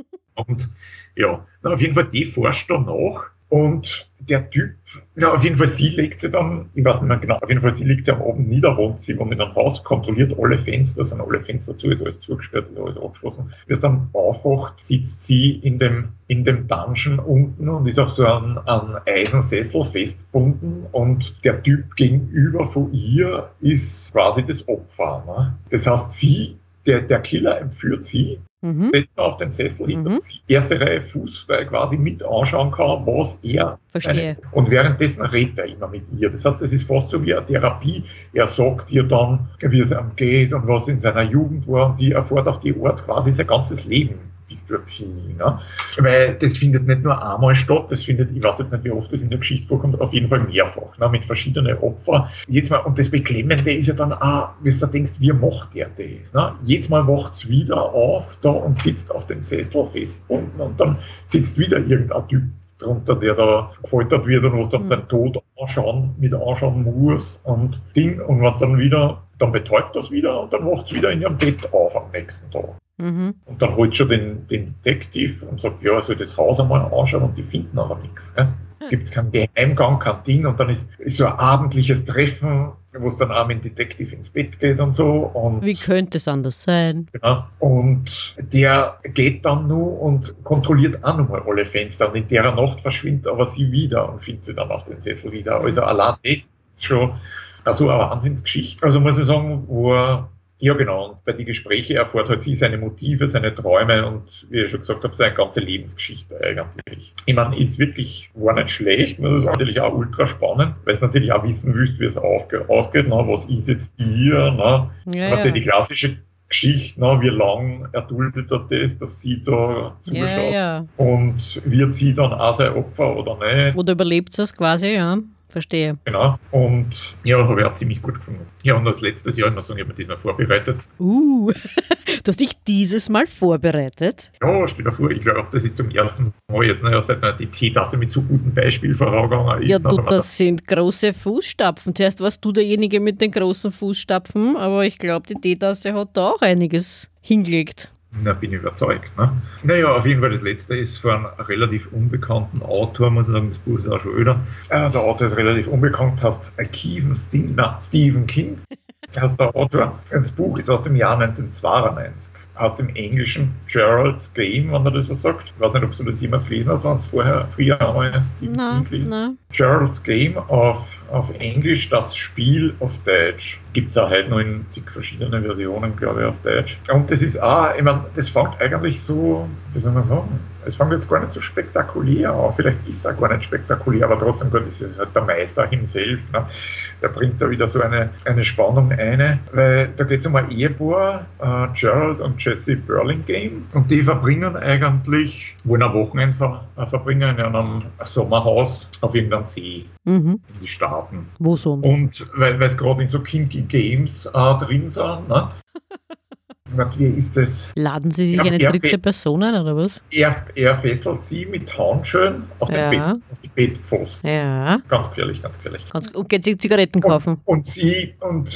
und ja, auf jeden Fall, die forscht dann nach. Und der Typ, ja, auf jeden Fall, sie legt sie dann, ich weiß nicht mehr genau, auf jeden Fall, sie legt sie am Abend nieder, wohnt sie, wohnt in einem Haus, kontrolliert alle Fenster, sind alle Fenster zu, ist alles zugesperrt, ist alles abgeschlossen. Wie es dann aufwacht, sitzt sie in dem Dungeon unten und ist auf so einem Eisensessel festgebunden und der Typ gegenüber von ihr ist quasi das Opfer. Ne? Das heißt, der Killer entführt sie, setzt auf den Sessel hinter sie, erste Reihe Fuß, weil er quasi mit anschauen kann, was er und währenddessen redet er immer mit ihr. Das heißt, es ist fast so wie eine Therapie. Er sagt ihr dann, wie es ihm geht und was in seiner Jugend war und sie erfährt auf die Art quasi sein ganzes Leben bis dorthin. Ne? Weil das findet nicht nur einmal statt, das findet, ich weiß jetzt nicht, wie oft das in der Geschichte vorkommt, auf jeden Fall mehrfach, ne? Mit verschiedenen Opfern. Jedes Mal, und das Beklemmende ist ja dann auch, wie du denkst, wie macht der das? Ne? Jedes Mal wacht es wieder auf da und sitzt auf den Sessel festgebunden und dann sitzt wieder irgendein Typ drunter, der da gefoltert wird und was dann seinen Tod anschauen muss und Ding. Und wenn es dann wieder, dann betäubt das wieder und dann wacht es wieder in ihrem Bett auf am nächsten Tag. Und dann holt schon den Detektiv und sagt, ja, er soll das Haus einmal anschauen und die finden aber nichts. Gibt es keinen Geheimgang, kein Ding und dann ist so ein abendliches Treffen, wo es dann auch mit dem Detektiv ins Bett geht und so. Und wie könnte es anders sein? Genau. Und der geht dann nur und kontrolliert auch nochmal alle Fenster und in der Nacht verschwindet aber sie wieder und findet sie dann auf den Sessel wieder. Also allein das ist schon so eine Wahnsinnsgeschichte. Also muss ich sagen, wo er, ja genau, und bei den Gesprächen erfährt halt sie seine Motive, seine Träume und wie ich schon gesagt habe, seine ganze Lebensgeschichte eigentlich. Ich meine, ist wirklich, war nicht schlecht, das ist natürlich auch ultra spannend, weil es natürlich auch wissen willst, wie es ausgeht, na, was ist jetzt hier, na, die klassische Geschichte, na, wie lang erduldet er das, dass sie da zuschaut und wird sie dann auch sein Opfer oder nicht. Oder überlebt sie es quasi, ja. Verstehe. Genau. Und ja, habe ich auch ziemlich gut gefunden. Ja, und als letztes Jahr, ich muss sagen, ich habe mich diesmal vorbereitet. Du hast dich dieses Mal vorbereitet? Ja, stell dir vor, ich glaube, das ist zum ersten Mal jetzt, seit mir die Teetasse mit so gutem Beispiel vorangegangen ist. Ja, das sind große Fußstapfen. Zuerst warst du derjenige mit den großen Fußstapfen, aber ich glaube, die Teetasse hat da auch einiges hingelegt. Na, bin ich überzeugt. Ne? Naja, auf jeden Fall das letzte ist von einem relativ unbekannten Autor, muss ich sagen, das Buch ist auch schon öder. Der Autor ist relativ unbekannt, heißt Stephen King. Das heißt, der Autor, das Buch ist aus dem Jahr 1992. heißt im Englischen Gerald's Game, wenn er das was sagt. Ich weiß nicht, ob du das jemals gelesen hast, wenn es früher einmal Stephen King gelesen hast. Gerald's Game auf Englisch, das Spiel auf Deutsch. Gibt es auch heute noch in zig verschiedenen Versionen, glaube ich, auf Deutsch. Und das ist auch, ich meine, das fängt eigentlich so, wie soll man sagen, es fängt jetzt gar nicht so spektakulär an. Vielleicht ist es auch gar nicht spektakulär, aber trotzdem, gut, das ist halt der Meister himself. Ne? Der bringt da wieder so eine Spannung ein, weil da geht es um ein Ehepaar, Gerald und Jessie Burlingame, und die verbringen eigentlich, wollen ein Wochenende verbringen in einem Sommerhaus auf irgendeinem See in die Staaten. Wo so? Und weil es gerade in so kinky Games drin sind, ne? Wie ist das? Laden Sie sich eine dritte Person ein, oder was? Er fesselt sie mit Handschuhen auf dem Bett, auf die Bettpfosten. Ja. Ganz gefährlich, ganz gefährlich. Und geht sich Zigaretten kaufen. Und sie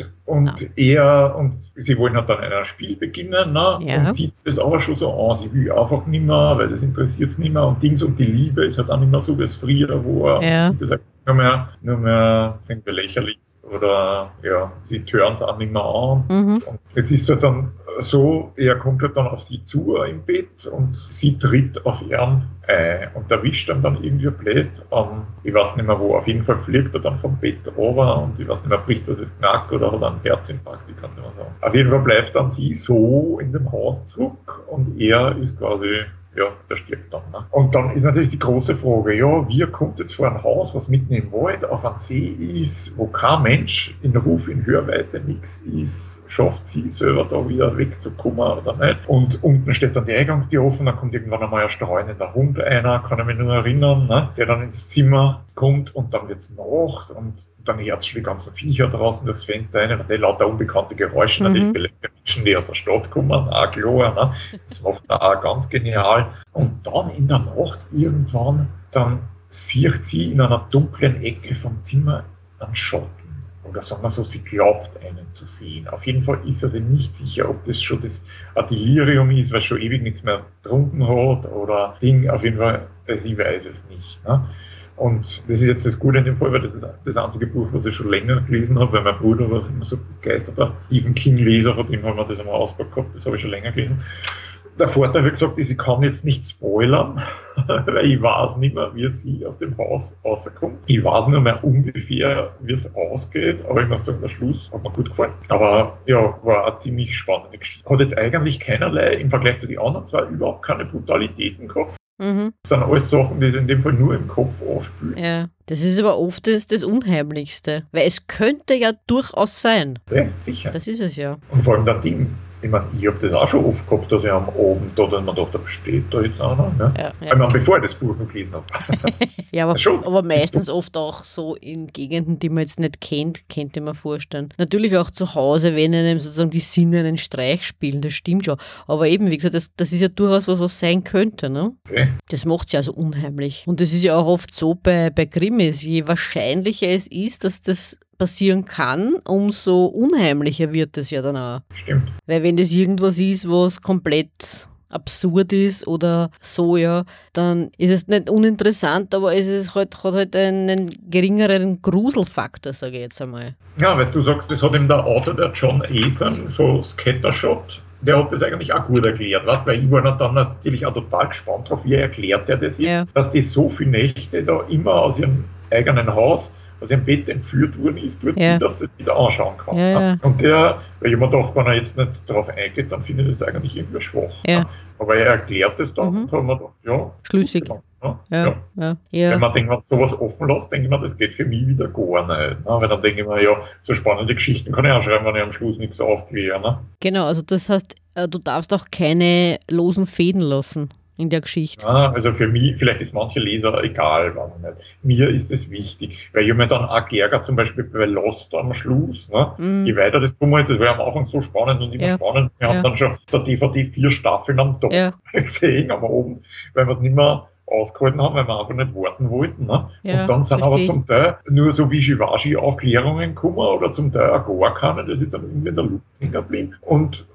wollen halt dann ein Spiel beginnen, ne? Und sieht es aber schon so an, sie will einfach nicht mehr, weil das interessiert es nicht mehr und Dings, und die Liebe ist halt auch nicht mehr so, wie es früher war. Ja. Das ist nur mehr irgendwie lächerlich. Oder sie tören es auch nicht mehr an. Und jetzt ist er dann so, er kommt halt dann auf sie zu im Bett und sie tritt auf ihren ein und erwischt dann irgendwie blöd an, ich weiß nicht mehr wo, auf jeden Fall fliegt er dann vom Bett runter und ich weiß nicht mehr, bricht er das Knack oder hat er einen Herzinfarkt, ich kann nicht mehr sagen. Auf jeden Fall bleibt dann sie so in dem Haus zurück und er ist quasi, der stirbt dann. Ne? Und dann ist natürlich die große Frage, wie kommt jetzt vor ein Haus, was mitten im Wald auf einem See ist, wo kein Mensch in Ruf, in Hörweite nichts ist, schafft sie selber da wieder wegzukommen oder nicht. Und unten steht dann die Eingangstür offen, dann kommt irgendwann einmal ein streunender Hund einer, kann ich mich nur erinnern, ne? Der dann ins Zimmer kommt und dann wird es Nacht und dann hört es schon die ganzen Viecher draußen durchs Fenster rein, was lauter unbekannte Geräusche, natürlich vielleicht Menschen, die aus der Stadt kommen, auch klar, ne? Das macht er auch ganz genial. Und dann in der Nacht irgendwann, dann sieht sie in einer dunklen Ecke vom Zimmer einen Schatten. Oder sagen wir so, sie glaubt, einen zu sehen. Auf jeden Fall ist er sich nicht sicher, ob das schon ein Delirium ist, weil sie schon ewig nichts mehr getrunken hat oder Ding. Auf jeden Fall, sie weiß es nicht. Ne? Und das ist jetzt das Gute in dem Fall, weil das ist das einzige Buch, was ich schon länger gelesen habe, weil mein Bruder war immer so begeisterter Stephen King-Leser, von dem haben wir das einmal ausgepackt gehabt, das habe ich schon länger gelesen. Der Vorteil, wie gesagt, ist, ich kann jetzt nicht spoilern, weil ich weiß nicht mehr, wie sie aus dem Haus rauskommt. Ich weiß nur mehr ungefähr, wie es ausgeht, aber ich muss sagen, der Schluss hat mir gut gefallen. Aber war eine ziemlich spannende Geschichte. Hat jetzt eigentlich keinerlei, im Vergleich zu den anderen zwei, überhaupt keine Brutalitäten gehabt. Das sind alles Sachen, die sich in dem Fall nur im Kopf anspülen. Ja, das ist aber oft das Unheimlichste, weil es könnte ja durchaus sein. Ja, sicher. Das ist es ja. Und vor allem dann Ding. Ich meine, ich habe das auch schon oft gehabt, dass ich am Abend da, dass man dachte, da besteht da jetzt einer. Ne? Ja. Ich meine, bevor ich das Buch noch gelesen habe. Ja, aber meistens oft auch so in Gegenden, die man jetzt nicht kennt, könnte man vorstellen. Natürlich auch zu Hause, wenn einem sozusagen die Sinne einen Streich spielen, das stimmt schon. Aber eben, wie gesagt, das ist ja durchaus was sein könnte. Ne? Okay. Das macht es ja so unheimlich. Und das ist ja auch oft so bei Krimis, je wahrscheinlicher es ist, dass das passieren kann, umso unheimlicher wird es ja dann auch. Stimmt. Weil wenn das irgendwas ist, was komplett absurd ist oder so, dann ist es nicht uninteressant, aber es hat halt einen geringeren Gruselfaktor, sage ich jetzt einmal. Ja, weil du sagst, das hat ihm der Autor, der John Ethan, so Scattershot, der hat das eigentlich auch gut erklärt, weißt? Weil ich war dann natürlich auch total gespannt drauf, wie erklärt er das jetzt, dass die so viele Nächte da immer aus ihrem eigenen Haus, aus ihrem Bett entführt worden ist, dass das wieder anschauen kann. Ja. Und weil ich mir dachte, wenn er jetzt nicht darauf eingeht, dann finde ich das eigentlich irgendwie schwach. Ja. Aber er erklärt das dann und haben wir gedacht, schlüssig. Ja. Wenn man denkt, man sowas offen lässt, denke ich mir, das geht für mich wieder gar nicht. Ne? Weil dann denke ich mir, so spannende Geschichten kann ich auch schreiben, wenn ich am Schluss nichts aufkläre. Ne? Genau, also das heißt, du darfst auch keine losen Fäden lassen in der Geschichte. Ja, also für mich, vielleicht ist manche Leser egal, warum nicht. Mir ist es wichtig, weil ich mir dann auch geärgert, zum Beispiel bei Lost am Schluss, ne? Je weiter das kommen ist, das war am Anfang so spannend und immer spannend. Wir haben dann schon der DVD 4 Staffeln am Tag gesehen, aber oben, weil wir es nicht mehr ausgehalten haben, weil wir einfach nicht warten wollten. Ne? Und dann sind aber zum Teil nur so Wischiwaschi-Aufklärungen gekommen oder zum Teil auch gar keine, das ist dann irgendwie in der Luft hängen geblieben. Und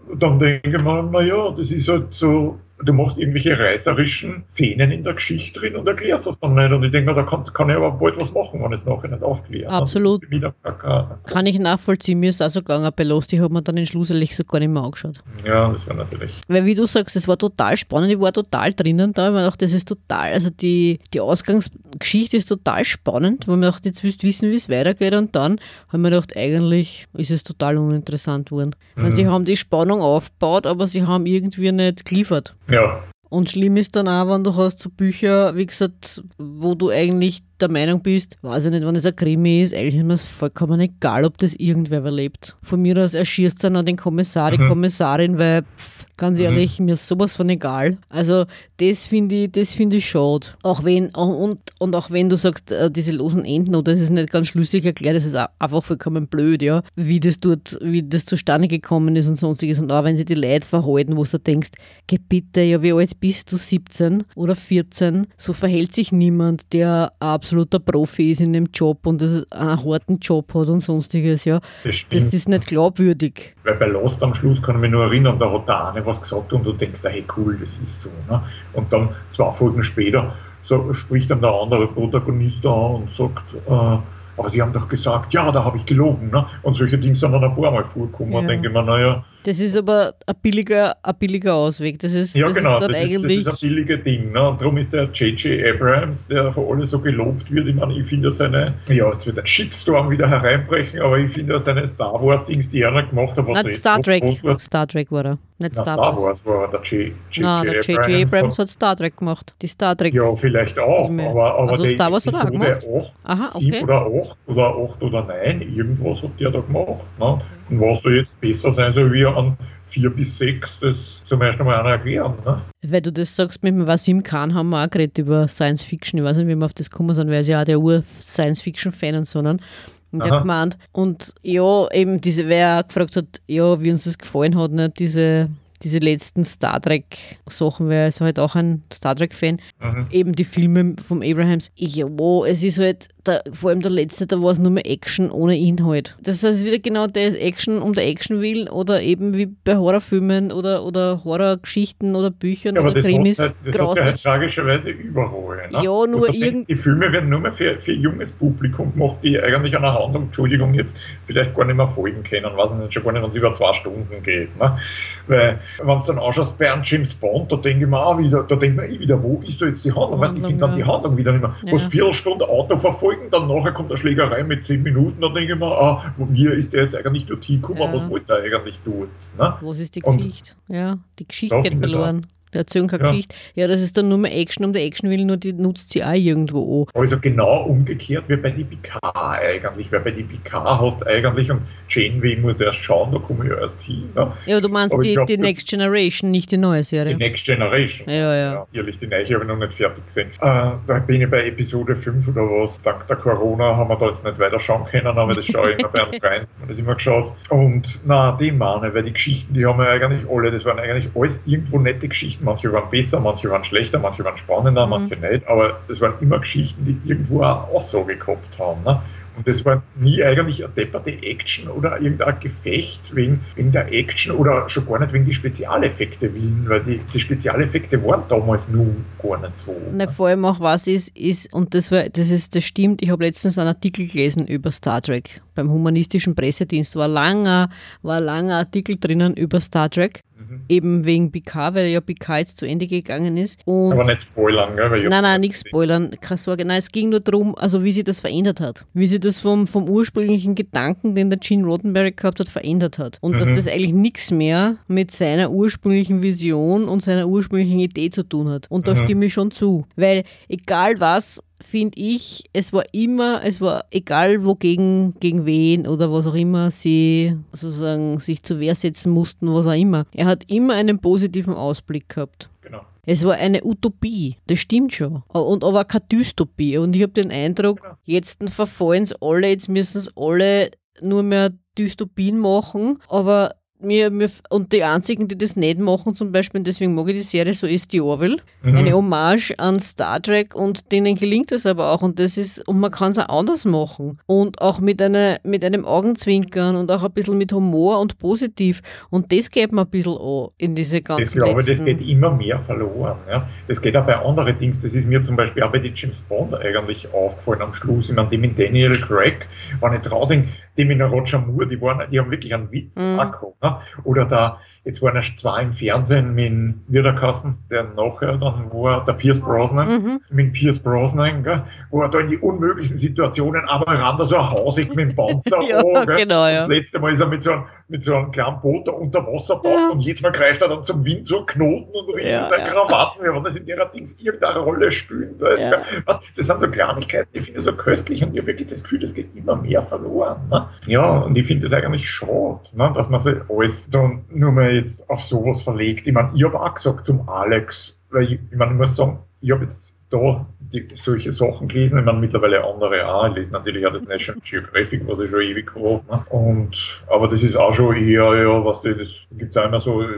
dann denke ich mir, naja, das ist halt so, du machst irgendwelche reißerischen Szenen in der Geschichte drin und erklärst das dann nicht. Und ich denke mir, da kann ich aber bald was machen, wenn ich es nachher nicht aufkläre. Absolut. Kann ich nachvollziehen. Mir ist auch so gegangen bei Lost. Ich habe mir dann den Schluss ehrlich so gar nicht mehr angeschaut. Ja, das war natürlich. Weil wie du sagst, es war total spannend. Ich war total drinnen da. Ich mir gedacht, das ist total, also die Ausgangsgeschichte ist total spannend, weil man gedacht, jetzt willst du wissen, wie es weitergeht. Und dann haben wir gedacht, eigentlich ist es total uninteressant geworden. Ich meine, sie haben die Spannung aufgebaut, aber sie haben irgendwie nicht geliefert. Ja. Und schlimm ist dann auch, wenn du hast so Bücher, wie gesagt, wo du eigentlich der Meinung bist, weiß ich nicht, wenn es ein Krimi ist, eigentlich ist mir vollkommen egal, ob das irgendwer überlebt. Von mir aus erschießt es dann den Kommissar, die Kommissarin, weil, ganz ehrlich, mir ist sowas von egal. Also das finde ich schade. Auch wenn, auch wenn du sagst, diese losen Enden, oder das ist nicht ganz schlüssig erklärt, das ist einfach vollkommen blöd, ja, wie das zustande gekommen ist und sonstiges. Und auch wenn sie die Leute verhalten, wo du denkst, geh bitte, ja, wie alt bist du, 17 oder 14? So verhält sich niemand, der absoluter Profi ist in dem Job und einen harten Job hat und sonstiges, ja. Das ist nicht glaubwürdig. Weil bei Lost am Schluss kann ich mich nur erinnern, da hat der eine was gesagt und du denkst, hey cool, das ist so. Ne? Und dann 2 Folgen später spricht dann der andere Protagonist an und sagt, aber sie haben doch gesagt, ja, da habe ich gelogen. Ne? Und solche Dinge sind dann ein paar Mal vorgekommen. Ja. Denke ich mir, naja. Das ist aber ein billiger Ausweg. Das ist ein billiger Ding. Ne? Und darum ist der J.J. Abrams, der von alle so gelobt wird. Ich meine, ich finde seine, jetzt wird ein Shitstorm wieder hereinbrechen, aber ich finde seine Star Wars-Dings, die er noch gemacht hat, was Star Trek war er. Nicht Star Wars war der J.J. Abrams hat Star Trek gemacht. Die Star Trek. Ja, vielleicht auch. Aber also der Star Wars hat er auch gemacht. 7 oder 8 oder 9, irgendwas hat der da gemacht. Ne? Und was da jetzt besser sein soll, wie an 4 bis 6, das zum ersten Mal einer erklären. Ne? Weil du das sagst, mit dem Wasim Khan haben wir auch geredet über Science Fiction. Ich weiß nicht, wie wir auf das gekommen sind, weil er ist ja auch der Ur-Science-Fiction-Fan und so. Und der hat gemeint, und ja, eben wer auch gefragt hat, ja, wie uns das gefallen hat, ne, diese letzten Star Trek-Sachen, weil er ist halt auch ein Star Trek-Fan, eben die Filme vom Abrahams. Es ist halt, vor allem der letzte, da war es nur mehr Action ohne Inhalt. Das heißt, wieder genau das Action um der Action willen oder eben wie bei Horrorfilmen oder Horrorgeschichten oder Büchern ja, oder Krimis. Das hat ja halt tragischerweise überall. Ne? Ja, nur die Filme werden nur mehr für junges Publikum gemacht, die eigentlich einer Handlung, Entschuldigung, jetzt vielleicht gar nicht mehr folgen können, weiß ich nicht, schon gar nicht, wenn es über 2 Stunden geht. Ne? Weil, wenn du dann anschaust bei einem James Bond, da denke ich mir auch wieder, wo ist da jetzt die Handlung? Ich finde dann die Handlung wieder nicht mehr. Ja. Was 4 Stunden Auto verfolgen, dann nachher kommt eine Schlägerei mit 10 Minuten, dann denke ich mir, wie ist der jetzt eigentlich dort hingekommen, was wollte er eigentlich tun? Ne? Was ist die Geschichte? Ja, die Geschichte geht verloren. Der erzählt keine Geschichte. Ja, das ist dann nur mehr Action um der Action willen, nur die nutzt sie auch irgendwo an. Also genau umgekehrt wie bei die PK eigentlich, weil bei die PK hast eigentlich, und Janeway muss erst schauen, da komme ich erst hin. Ne? Ja, du meinst die Next Generation, nicht die neue Serie. Die Next Generation. Ja. Ehrlich, die neue habe ich noch nicht fertig gesehen. Da bin ich bei Episode 5 oder was. Dank der Corona haben wir da jetzt nicht weiter schauen können, aber das schaue ich immer bei einem Freund, das immer geschaut. Und die meine, weil die Geschichten, die haben wir eigentlich alle, das waren eigentlich alles irgendwo nette Geschichten. Manche waren besser, manche waren schlechter, manche waren spannender, manche nicht, aber es waren immer Geschichten, die irgendwo eine Aussage gehabt haben. Ne? Und das war nie eigentlich eine depperte Action oder irgendein Gefecht wegen der Action oder schon gar nicht wegen die Spezialeffekte willen, weil die Spezialeffekte waren damals nun gar nicht so. Ne, vor allem auch was ist, und das stimmt, ich habe letztens einen Artikel gelesen über Star Trek. Beim Humanistischen Pressedienst war ein langer Artikel drinnen über Star Trek. Eben wegen Picard, weil ja Picard jetzt zu Ende gegangen ist. Und aber nicht spoilern, gell? Nein, nicht spoilern, keine Sorge. Nein, es ging nur darum, also wie sie das verändert hat. Wie sie das vom ursprünglichen Gedanken, den der Gene Roddenberry gehabt hat, verändert hat. Und dass das eigentlich nichts mehr mit seiner ursprünglichen Vision und seiner ursprünglichen Idee zu tun hat. Und da stimme ich schon zu. Weil egal was, finde ich, es war egal wogegen, gegen wen oder was auch immer sie sozusagen sich zur Wehr setzen mussten, was auch immer. Er hat immer einen positiven Ausblick gehabt. Genau. Es war eine Utopie, das stimmt schon. Aber keine Dystopie. Und ich habe den Eindruck, jetzt verfallen es alle, jetzt müssen es alle nur mehr Dystopien machen, aber und die einzigen, die das nicht machen zum Beispiel, deswegen mag ich die Serie so, ist die Orville. Eine Hommage an Star Trek und denen gelingt es aber auch und man kann es auch anders machen und auch mit einem Augenzwinkern und auch ein bisschen mit Humor und positiv und das geht mir ein bisschen an in diese ganzen Ich glaube, das geht immer mehr verloren. Ja. Das geht auch bei anderen Dingen, das ist mir zum Beispiel auch bei den James Bond eigentlich aufgefallen am Schluss, ich meine, dem mit Daniel Craig, wenn ich dran denke, dem mit Roger Moore, die haben wirklich einen Witz gehabt, ne? Oder jetzt waren erst 2 im Fernsehen mit Wiederkassen, der nachher dann war der Pierce Brosnan, mit Pierce Brosnan, gell? Wo er da in die unmöglichsten Situationen aber ran, da so ein Hausig mit dem Panzer ja, genau, ja. Das letzte Mal ist er mit so einem kleinen Boot da unter Wasser und jedes Mal kreischt er dann zum Wind so Knoten und Ringe der Krawatten, wenn das in der Dings irgendeine Rolle spielt. Ja. Das sind so Kleinigkeiten, ich finde so köstlich und ich habe wirklich das Gefühl, das geht immer mehr verloren. Ne? Ja, und ich finde das eigentlich schade, ne? Dass man sich alles dann nur mal jetzt auf sowas verlegt. Ich meine, ich habe auch gesagt zum Alex, weil ich muss sagen, ich habe jetzt da solche Sachen gelesen, ich meine mittlerweile andere auch, ich lese natürlich auch das National Geographic, was ich schon ewig habe, ne? Aber das ist auch schon eher, das gibt es auch immer so,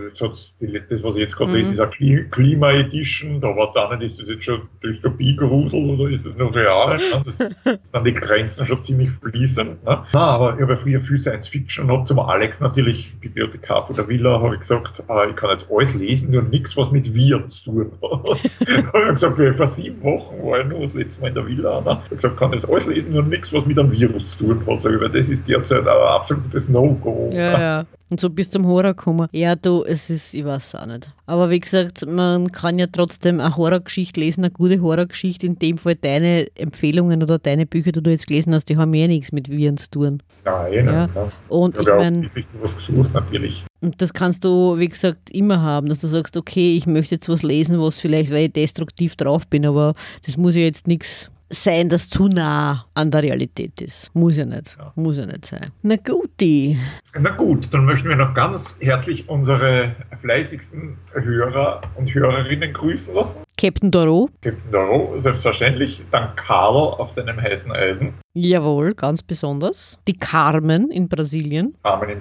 das was ich jetzt gerade lese, ist eine Klima-Edition, da war da nicht, ist das jetzt schon Dystopie-Grusel oder ist das noch real? Ne? Das sind die Grenzen schon ziemlich fließend. Ne? Aber ich habe ja früher viel Science-Fiction und habe zum Alex natürlich, Bibliothekar von der Villa, habe ich gesagt, ich kann jetzt alles lesen, nur nichts, was mit Viren zu tun hat. habe ich gesagt, vor 7 Wochen war ich nur das letzte Mal in der Villa. Ne? Ich habe gesagt, kann jetzt alles lesen, nur nichts, was mit einem Virus zu tun hat. Weil das ist derzeit ein absolutes No-Go. Ja. Und so bis zum Horror kommen. Ja, ich weiß auch nicht. Aber wie gesagt, man kann ja trotzdem eine Horrorgeschichte lesen, eine gute Horrorgeschichte. In dem Fall deine Empfehlungen oder deine Bücher, die du jetzt gelesen hast, die haben ja nichts mit Viren zu tun. Nein. Ja. Und ich meine, was gesucht natürlich. Und das kannst du, wie gesagt, immer haben, dass du sagst, okay, ich möchte jetzt was lesen, was vielleicht, weil ich destruktiv drauf bin, aber das muss ja jetzt nichts sein, das zu nah an der Realität ist. Muss ja nicht sein. Na gut, dann möchten wir noch ganz herzlich unsere fleißigsten Hörer und Hörerinnen grüßen lassen. Captain Doro, selbstverständlich. Dann Karl auf seinem heißen Eisen. Jawohl, ganz besonders. Die Carmen in Brasilien.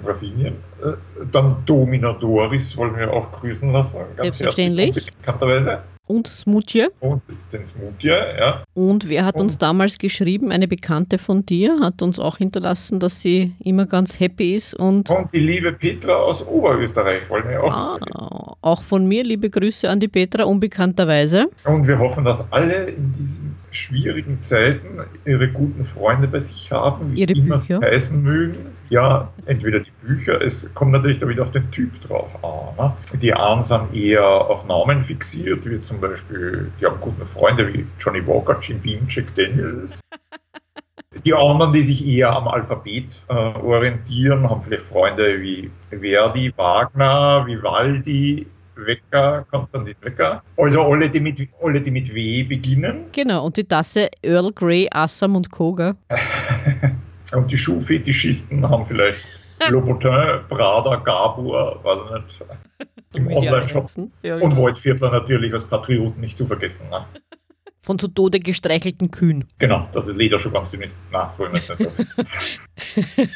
Dann Domina Doris wollen wir auch grüßen lassen. Ganz selbstverständlich. Bekannterweise. Und Smutje. Und den Smutje, ja. Und wer hat uns damals geschrieben? Eine Bekannte von dir hat uns auch hinterlassen, dass sie immer ganz happy ist. Und die liebe Petra aus Oberösterreich wollen wir auch. Auch von mir liebe Grüße an die Petra, unbekannterweise. Und wir hoffen, dass alle in diesen schwierigen Zeiten ihre guten Freunde bei sich haben, wie ihre immer Bücher heißen mögen. Ja, entweder die Bücher, es kommt natürlich da wieder auf den Typ drauf an. Ne? Die einen sind eher auf Namen fixiert, wie zum Beispiel, die haben gute Freunde wie Johnny Walker, Jim Beam, Jack Daniels. Die anderen, die sich eher am Alphabet orientieren, haben vielleicht Freunde wie Verdi, Wagner, Vivaldi, Wecker, Konstantin Wecker. Also alle, die mit W beginnen. Genau, und die Tasse Earl Grey, Assam und Koga. Und die Schuhfetischisten haben vielleicht Louboutin, Prada, Gabor, weiß ich nicht, im Online-Shop. Ja, genau. Und Waldviertler natürlich als Patrioten nicht zu vergessen. Ne? Von zu Tode gestreichelten Kühen. Genau, das ist Leder schon ganz dünn ist. Nein, wollen wir jetzt nicht.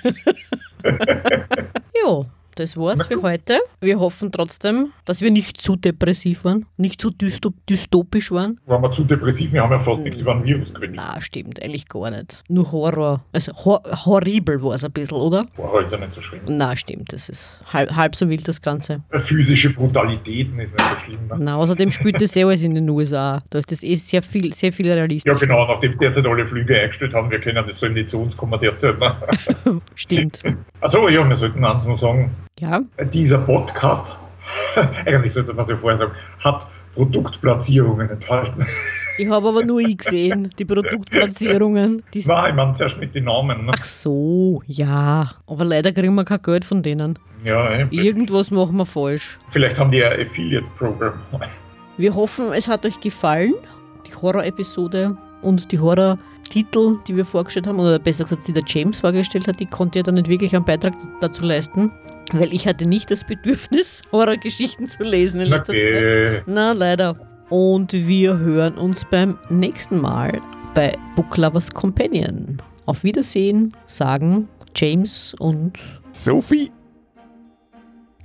Jo. Das war's für heute. Wir hoffen trotzdem, dass wir nicht zu depressiv waren, nicht zu dystopisch waren. Waren wir zu depressiv? Wir haben ja fast nichts über ein Virus geredet. Na, stimmt, eigentlich gar nicht. Nur Horror. Also horribel war es ein bisschen, oder? Horror ist ja nicht so schlimm. Na, stimmt, das ist halb so wild, das Ganze. Physische Brutalitäten ist nicht so schlimm. Ne? Na, außerdem spielt das alles in den USA. Da ist das sehr viel realistisch. Ja, genau, nachdem sie derzeit alle Flüge eingestellt haben, wir können das so nicht zu uns kommen derzeit. Ne? Stimmt. Achso, ja, wir sollten eins noch sagen. Ja. Dieser Podcast, eigentlich sollte man ja vorher sagen, hat Produktplatzierungen enthalten. Ich habe aber nur ich gesehen, die Produktplatzierungen. Nein, ich meine zuerst mit den Namen. Ne? Ach so, ja. Aber leider kriegen wir kein Geld von denen. Ja, irgendwas machen wir falsch. Vielleicht haben die ein Affiliate-Programm. Wir hoffen, es hat euch gefallen, die Horror-Episode und die Horror-Titel, die wir vorgestellt haben, oder besser gesagt, die der James vorgestellt hat, die konnte ja dann nicht wirklich einen Beitrag dazu leisten. Weil ich hatte nicht das Bedürfnis, Horrorgeschichten zu lesen in letzter Zeit. Na, leider. Und wir hören uns beim nächsten Mal bei Book Lovers Companion. Auf Wiedersehen sagen James und Sophie.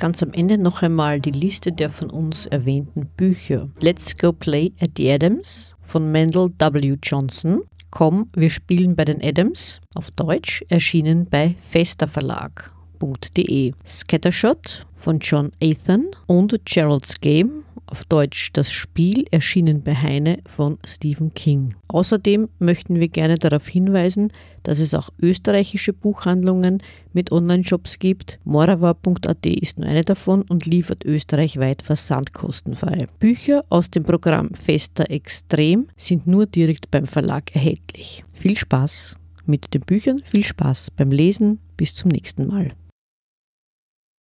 Ganz am Ende noch einmal die Liste der von uns erwähnten Bücher. Let's Go Play at the Adams von Mendel W. Johnson. Komm, wir spielen bei den Adams, auf Deutsch, erschienen bei Festa-Verlag.de. Scattershot von John Athan und Gerald's Game, auf Deutsch Das Spiel, erschienen bei Heine von Stephen King. Außerdem möchten wir gerne darauf hinweisen, dass es auch österreichische Buchhandlungen mit Online-Shops gibt. Morava.at ist nur eine davon und liefert österreichweit versandkostenfrei. Bücher aus dem Programm Festa Extrem sind nur direkt beim Verlag erhältlich. Viel Spaß mit den Büchern, viel Spaß beim Lesen. Bis zum nächsten Mal.